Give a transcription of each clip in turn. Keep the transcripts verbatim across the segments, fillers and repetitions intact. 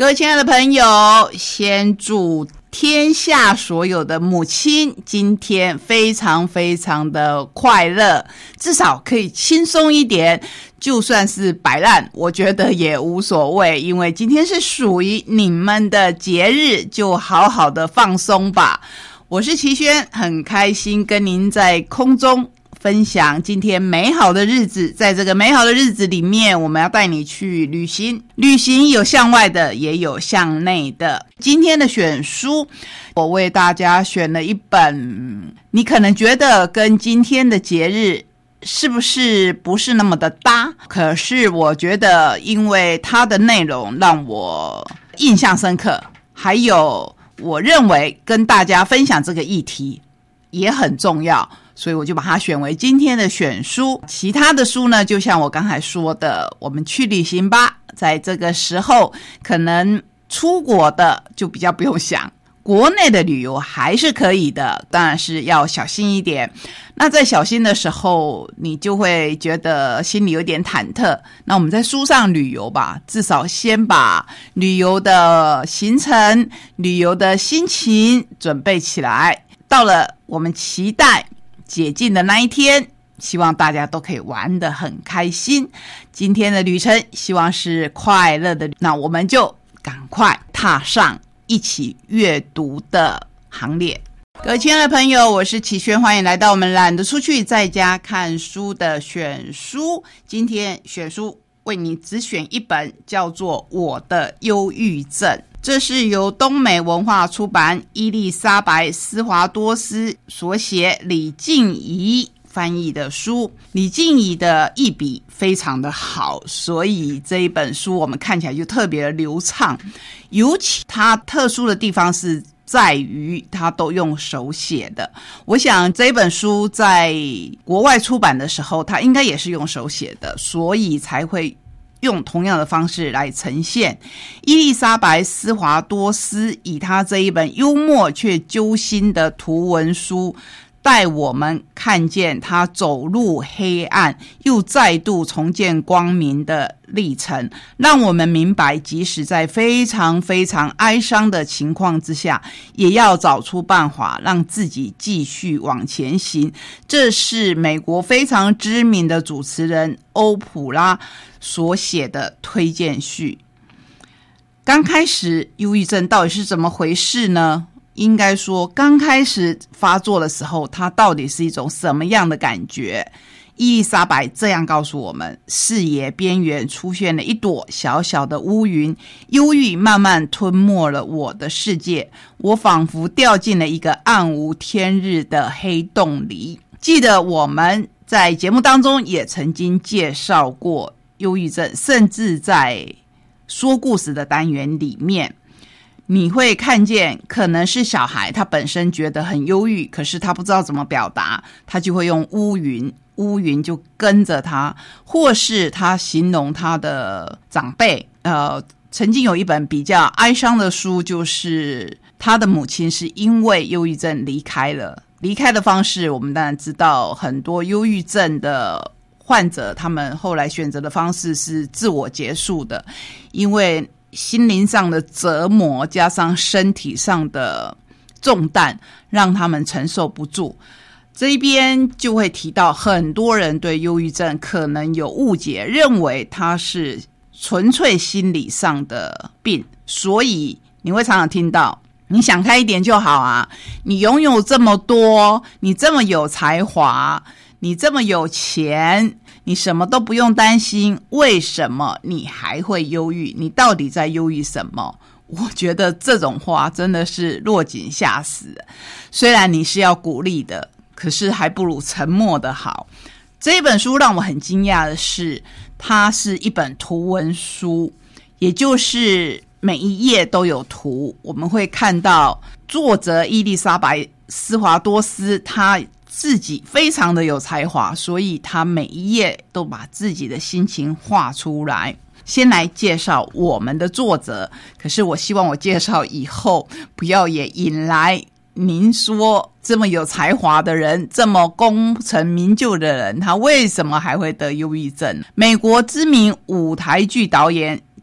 各位亲爱的朋友，先祝天下所有的母亲今天非常非常的快乐，至少可以轻松一点，就算是摆烂我觉得也无所谓，因为今天是属于你们的节日，就好好的放松吧。我是齐轩，很开心跟您在空中分享今天美好的日子。在这个美好的日子里面，我们要带你去旅行，旅行有向外的也有向内的。今天的选书，我为大家选了一本你可能觉得跟今天的节日是不是不是那么的搭，可是我觉得因为它的内容让我印象深刻，还有我认为跟大家分享这个议题也很重要，所以我就把它选为今天的选书。其他的书呢，就像我刚才说的，我们去旅行吧。在这个时候，可能出国的就比较不用想，国内的旅游还是可以的，当然是要小心一点。那在小心的时候，你就会觉得心里有点忐忑。那我们在书上旅游吧，至少先把旅游的行程、旅游的心情准备起来。到了我们期待解禁的那一天，希望大家都可以玩得很开心。今天的旅程希望是快乐的，那我们就赶快踏上一起阅读的行列。各位亲爱的朋友，我是齐轩，欢迎来到我们懒得出去在家看书的选书。今天选书为你只选一本，叫做《我的忧郁症》，这是由东美文化出版伊丽莎白·斯华多斯所写，李静怡翻译的书。李静怡的译笔非常的好，所以这一本书我们看起来就特别的流畅。尤其它特殊的地方是在于它都用手写的，我想这本书在国外出版的时候它应该也是用手写的，所以才会用同样的方式来呈现。伊丽莎白·斯华多斯以她这一本幽默却揪心的图文书，带我们看见他走入黑暗又再度重见光明的历程，让我们明白即使在非常非常哀伤的情况之下，也要找出办法让自己继续往前行。这是美国非常知名的主持人欧普拉所写的推荐序。刚开始忧郁症到底是怎么回事呢？应该说刚开始发作的时候，它到底是一种什么样的感觉？伊丽莎白这样告诉我们，视野边缘出现了一朵小小的乌云，忧郁慢慢吞没了我的世界，我仿佛掉进了一个暗无天日的黑洞里。记得我们在节目当中也曾经介绍过忧郁症，甚至在说故事的单元里面，你会看见可能是小孩他本身觉得很忧郁，可是他不知道怎么表达，他就会用乌云，乌云就跟着他，或是他形容他的长辈。呃，曾经有一本比较哀伤的书，就是他的母亲是因为忧郁症离开了。离开的方式我们当然知道，很多忧郁症的患者他们后来选择的方式是自我结束的，因为心灵上的折磨加上身体上的重担让他们承受不住。这一边就会提到很多人对忧郁症可能有误解，认为它是纯粹心理上的病，所以你会常常听到你想开一点就好啊，你拥有这么多，你这么有才华，你这么有钱，你什么都不用担心，为什么你还会忧郁？你到底在忧郁什么？我觉得这种话真的是落井下石。虽然你是要鼓励的，可是还不如沉默的好。这本书让我很惊讶的是，它是一本图文书，也就是每一页都有图。我们会看到作者伊丽莎白·斯华多斯她自己非常的有才华，所以他每一页都把自己的心情画出来。先来介绍我们的作者，可是我希望我介绍以后不要也引来您说这么有才华的人，这么功成名就的人，他为什么还会得忧郁症？美国知名舞台剧导演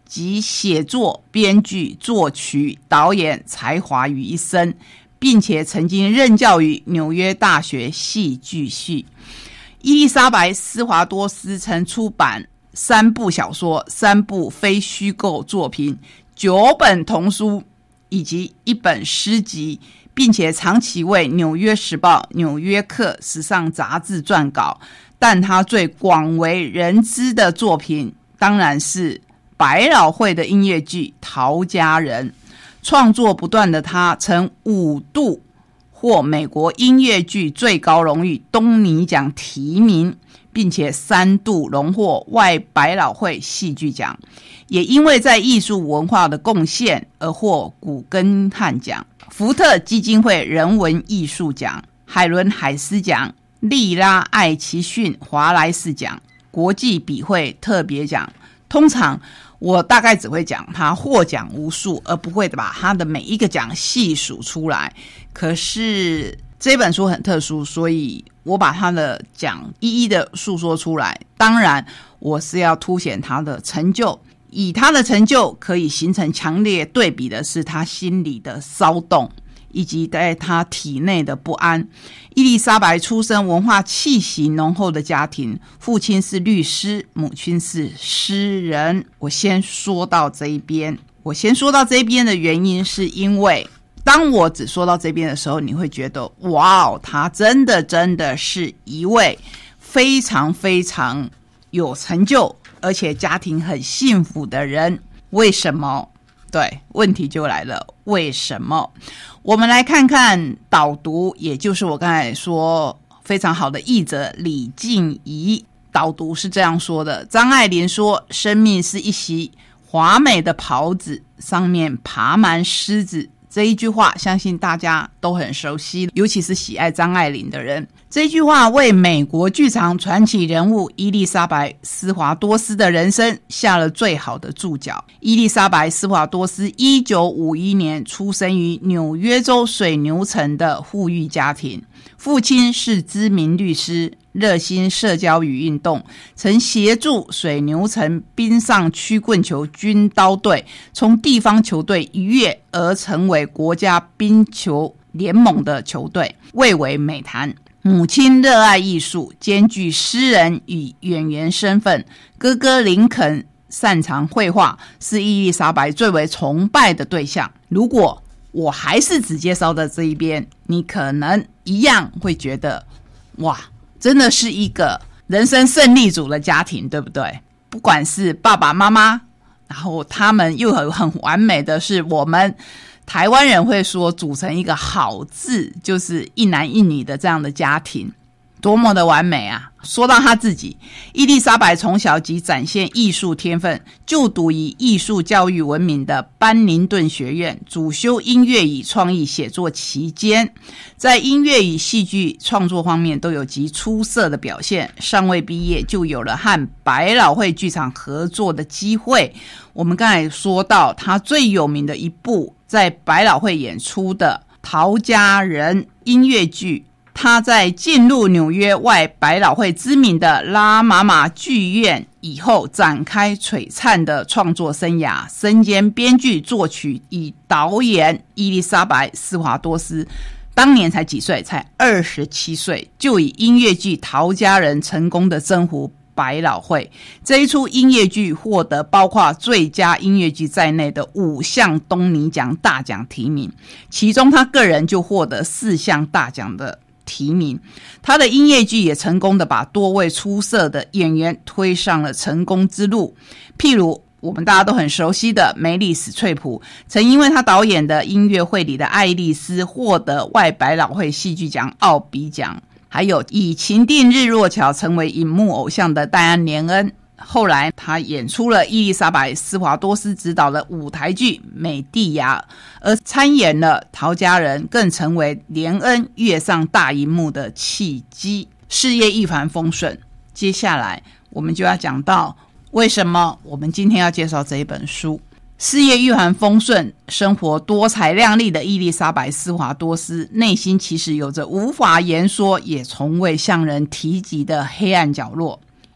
集写作、编剧、作曲、导演才华于一身，并且曾经任教于纽约大学戏剧系。伊丽莎白·斯华多斯曾出版三部小说、三部非虚构作品、九本童书以及一本诗集，并且长期为《纽约时报》、《纽约客》时尚杂志撰稿。但他最广为人知的作品当然是百老汇的音乐剧《陶家人》。创作不断的他曾五度获美国音乐剧最高荣誉东尼奖提名，并且三度荣获外百老汇戏剧奖，也因为在艺术文化的贡献而获古根汉奖、福特基金会人文艺术奖、海伦海斯奖、利拉艾奇逊华莱士奖、国际笔会特别奖。通常我大概只会讲他获奖无数，而不会把他的每一个奖细数出来。可是这本书很特殊，所以我把他的奖一一的述说出来。当然我是要凸显他的成就，以他的成就可以形成强烈对比的是他心里的骚动以及在他体内的不安。伊丽莎白出生文化气息浓厚的家庭，父亲是律师，母亲是诗人。我先说到这一边，我先说到这一边的原因是因为当我只说到这边的时候，你会觉得哇哦，他真的真的是一位非常非常有成就而且家庭很幸福的人。为什么？对，问题就来了，为什么？我们来看看导读，也就是我刚才说非常好的译者李静怡导读是这样说的：张爱玲说，生命是一袭华美的袍子，上面爬满虱子。这一句话相信大家都很熟悉，尤其是喜爱张爱玲的人。这一句话为美国剧场传奇人物伊丽莎白·斯华多斯的人生下了最好的注脚。伊丽莎白·斯华多斯一九五一年出生于纽约州水牛城的富裕家庭，父亲是知名律师，热心社交与运动，曾协助水牛城冰上曲棍球军刀队从地方球队一跃而成为国家冰球联盟的球队，蔚为美谈。母亲热爱艺术，兼具诗人与演员身份。哥哥林肯擅长绘画，是伊丽莎白最为崇拜的对象。如果我还是只介绍到这一边，你可能一样会觉得哇，真的是一个人生胜利组的家庭，对不对？不管是爸爸妈妈，然后他们又很很完美的是，我们台湾人会说组成一个好字，就是一男一女的这样的家庭，多么的完美啊！说到她自己，伊丽莎白从小即展现艺术天分，就读以艺术教育闻名的班宁顿学院，主修音乐与创意写作期间，在音乐与戏剧创作方面都有极出色的表现。尚未毕业就有了和百老汇剧场合作的机会。我们刚才说到她最有名的一部在百老汇演出的《陶家人》音乐剧，他在进入纽约外百老汇知名的拉玛玛剧院以后，展开璀璨的创作生涯，身兼编剧、作曲与导演。伊丽莎白·斯华多斯当年才几岁？才二十七岁，就以音乐剧《陶家人》成功的征服百老汇。这一出音乐剧获得包括最佳音乐剧在内的五项东尼奖大奖提名，其中他个人就获得四项大奖的提名。他的音乐剧也成功的把多位出色的演员推上了成功之路，譬如我们大家都很熟悉的梅丽史翠普，曾因为他导演的音乐会里的爱丽丝获得外百老汇戏剧奖奥比奖。还有以情定日落桥成为荧幕偶像的戴安·莲恩，后来他演出了伊丽莎白·斯华多斯执导的舞台剧《美蒂亚》，而参演了《陶家人》，更成为莲恩跃上大荧幕的契机，事业一帆风顺。接下来我们就要讲到为什么我们今天要介绍这一本书。事业一帆风顺，生活多彩亮丽的伊丽莎白·斯华多斯，内心其实有着无法言说也从未向人提及的黑暗角落。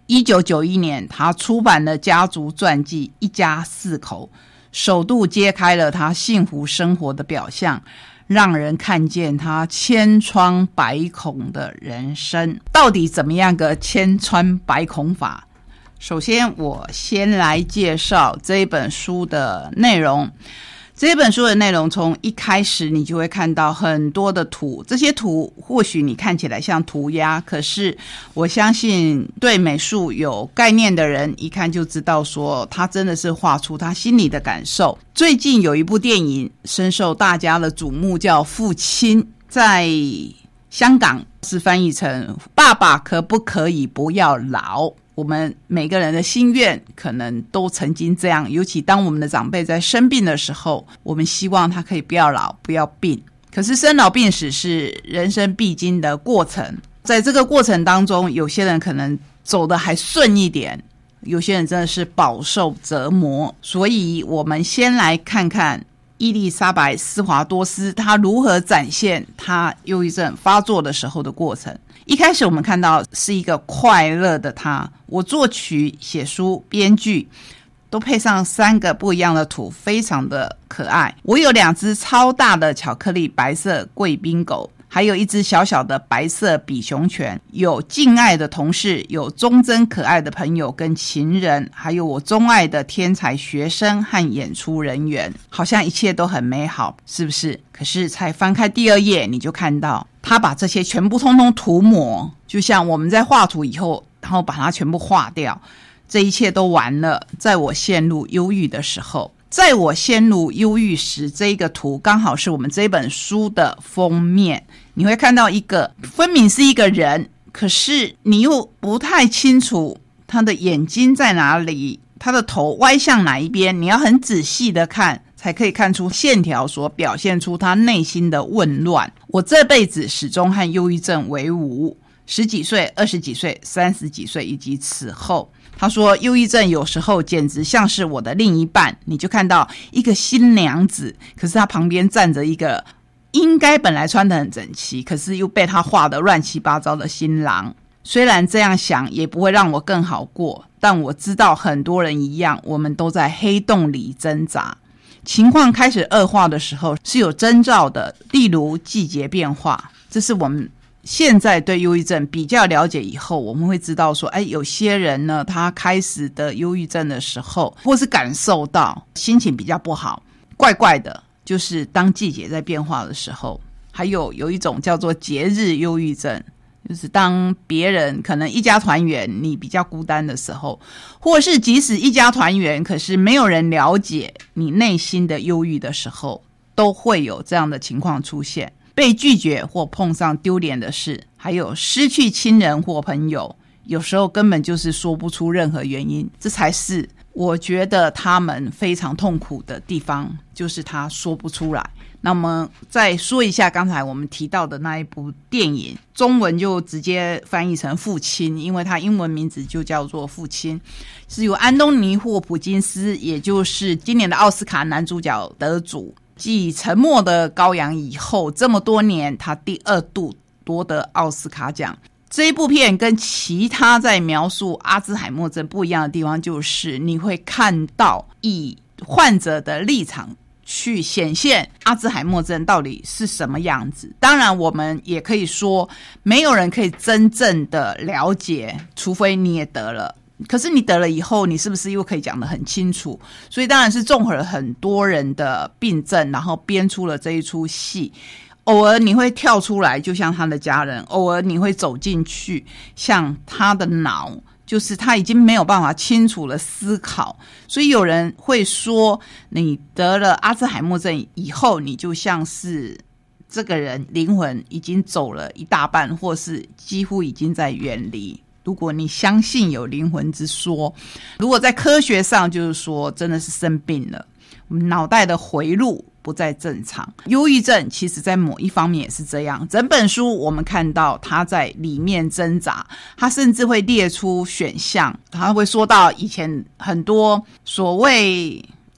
一九九一年，他出版了家族传记《一家四口》，首度揭开了他幸福生活的表象，让人看见他千疮百孔的人生。到底怎么样个千疮百孔法？首先，我先来介绍这一本书的内容。这本书的内容从一开始你就会看到很多的图，这些图或许你看起来像涂鸦，可是我相信对美术有概念的人一看就知道说他真的是画出他心里的感受。最近有一部电影深受大家的瞩目，叫《父亲》，在香港是翻译成爸爸可不可以不要老。我们每个人的心愿可能都曾经这样，尤其当我们的长辈在生病的时候，我们希望他可以不要老不要病。可是生老病死是人生必经的过程，在这个过程当中，有些人可能走得还顺一点，有些人真的是饱受折磨。所以我们先来看看伊丽莎白·斯华多斯她如何展现她忧郁症发作的时候的过程。一开始我们看到是一个快乐的她，我作曲、写书、编剧都配上三个不一样的图，非常的可爱。我有两只超大的巧克力白色贵宾狗，还有一只小小的白色比熊犬，有敬爱的同事，有忠贞可爱的朋友跟情人，还有我钟爱的天才学生和演出人员，好像一切都很美好，是不是？可是才翻开第二页，你就看到他把这些全部通通涂抹，就像我们在画图以后，然后把它全部画掉，这一切都完了。在我陷入忧郁的时候，在我陷入忧郁时，这一个图刚好是我们这本书的封面。你会看到一个分明是一个人，可是你又不太清楚他的眼睛在哪里，他的头歪向哪一边，你要很仔细的看才可以看出线条所表现出他内心的混乱。我这辈子始终和忧郁症为伍，十几岁、二十几岁、三十几岁以及此后。他说忧郁症有时候简直像是我的另一半，你就看到一个新娘子，可是他旁边站着一个应该本来穿得很整齐，可是又被他画得乱七八糟的新郎。虽然这样想也不会让我更好过，但我知道很多人一样，我们都在黑洞里挣扎。情况开始恶化的时候是有征兆的，例如季节变化，这是我们现在对忧郁症比较了解以后，我们会知道说，哎，有些人呢，他开始得忧郁症的时候，或是感受到心情比较不好，怪怪的，就是当季节在变化的时候。还有有一种叫做节日忧郁症，就是当别人可能一家团圆，你比较孤单的时候，或是即使一家团圆，可是没有人了解你内心的忧郁的时候，都会有这样的情况出现。被拒绝或碰上丢脸的事，还有失去亲人或朋友，有时候根本就是说不出任何原因，这才是我觉得他们非常痛苦的地方，就是他说不出来。那么再说一下刚才我们提到的那一部电影，中文就直接翻译成父亲，因为它英文名字就叫做父亲，是由安东尼·霍普金斯，也就是今年的奥斯卡男主角得主，继《沉默的羔羊》以后这么多年他第二度夺得奥斯卡奖。这一部片跟其他在描述阿兹海默症不一样的地方，就是你会看到以患者的立场去显现阿兹海默症到底是什么样子。当然我们也可以说没有人可以真正的了解，除非你也得了，可是你得了以后，你是不是又可以讲得很清楚？所以当然是综合了很多人的病症，然后编出了这一出戏。偶尔你会跳出来，就像他的家人；偶尔你会走进去，像他的脑，就是他已经没有办法清楚的思考。所以有人会说，你得了阿兹海默症以后，你就像是这个人灵魂已经走了一大半，或是几乎已经在远离。如果你相信有灵魂之说，如果在科学上就是说真的是生病了，脑袋的回路不再正常。忧郁症其实在某一方面也是这样，整本书我们看到他在里面挣扎，他甚至会列出选项，他会说到以前很多所谓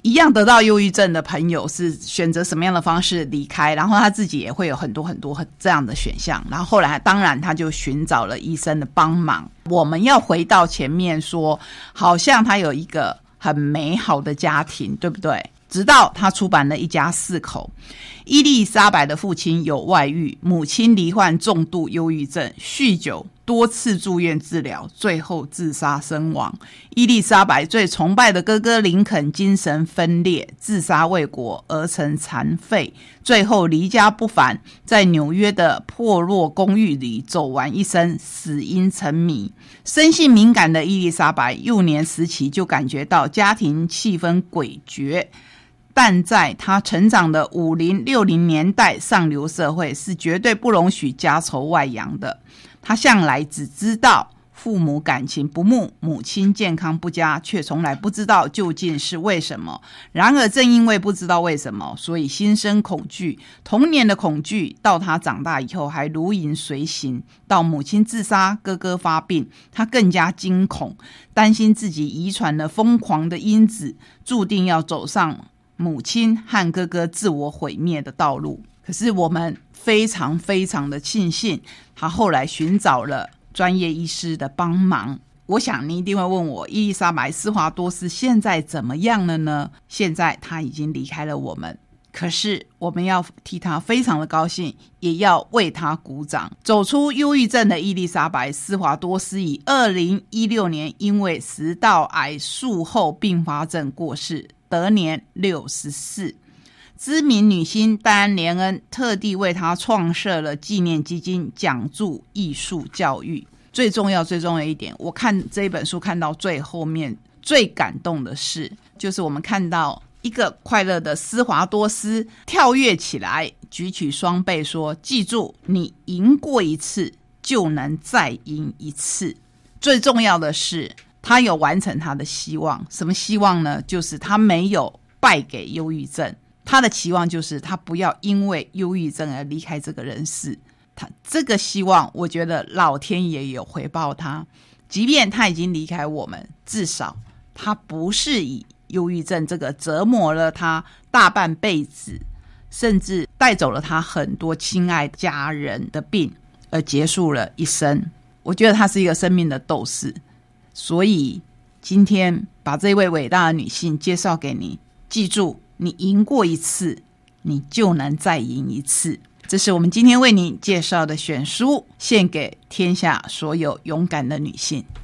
一样得到忧郁症的朋友是选择什么样的方式离开，然后他自己也会有很多很多这样的选项，然后后来当然他就寻找了医生的帮忙。我们要回到前面说，好像他有一个很美好的家庭，对不对？直到他出版了一家四口。伊丽莎白的父亲有外遇，母亲罹患重度忧郁症，酗酒，多次住院治疗，最后自杀身亡。伊丽莎白最崇拜的哥哥林肯精神分裂，自杀未果而成残废，最后离家不返，在纽约的破落公寓里走完一生，死因成谜。生性敏感的伊丽莎白幼年时期就感觉到家庭气氛诡谲，但在他成长的五零六零年代上流社会是绝对不容许家丑外扬的。他向来只知道父母感情不睦，母亲健康不佳，却从来不知道究竟是为什么。然而正因为不知道为什么，所以心生恐惧。童年的恐惧到他长大以后还如影随形，到母亲自杀，哥哥发病，他更加惊恐，担心自己遗传了疯狂的因子，注定要走上母亲和哥哥自我毁灭的道路。可是我们非常非常的庆幸，他后来寻找了专业医师的帮忙。我想你一定会问我，伊丽莎白·斯华多斯现在怎么样了呢？现在他已经离开了我们，可是我们要替他非常的高兴，也要为他鼓掌。走出忧郁症的伊丽莎白·斯华多斯以二零一六年因为食道癌术后并发症过世，得年六十四。知名女星戴安·莲恩特地为她创设了纪念基金，讲助艺术教育。最重要最重要一点，我看这本书看到最后面最感动的是，就是我们看到一个快乐的斯华多斯跳跃起来，举起双臂说，记住，你赢过一次就能再赢一次。最重要的是他有完成他的希望。什么希望呢？就是他没有败给忧郁症，他的期望就是他不要因为忧郁症而离开这个人世。他这个希望我觉得老天爷有回报他，即便他已经离开我们，至少他不是以忧郁症这个折磨了他大半辈子，甚至带走了他很多亲爱家人的病而结束了一生。我觉得他是一个生命的斗士，所以今天把这位伟大的女性介绍给你，记住，你赢过一次你就能再赢一次。这是我们今天为你介绍的选书，献给天下所有勇敢的女性。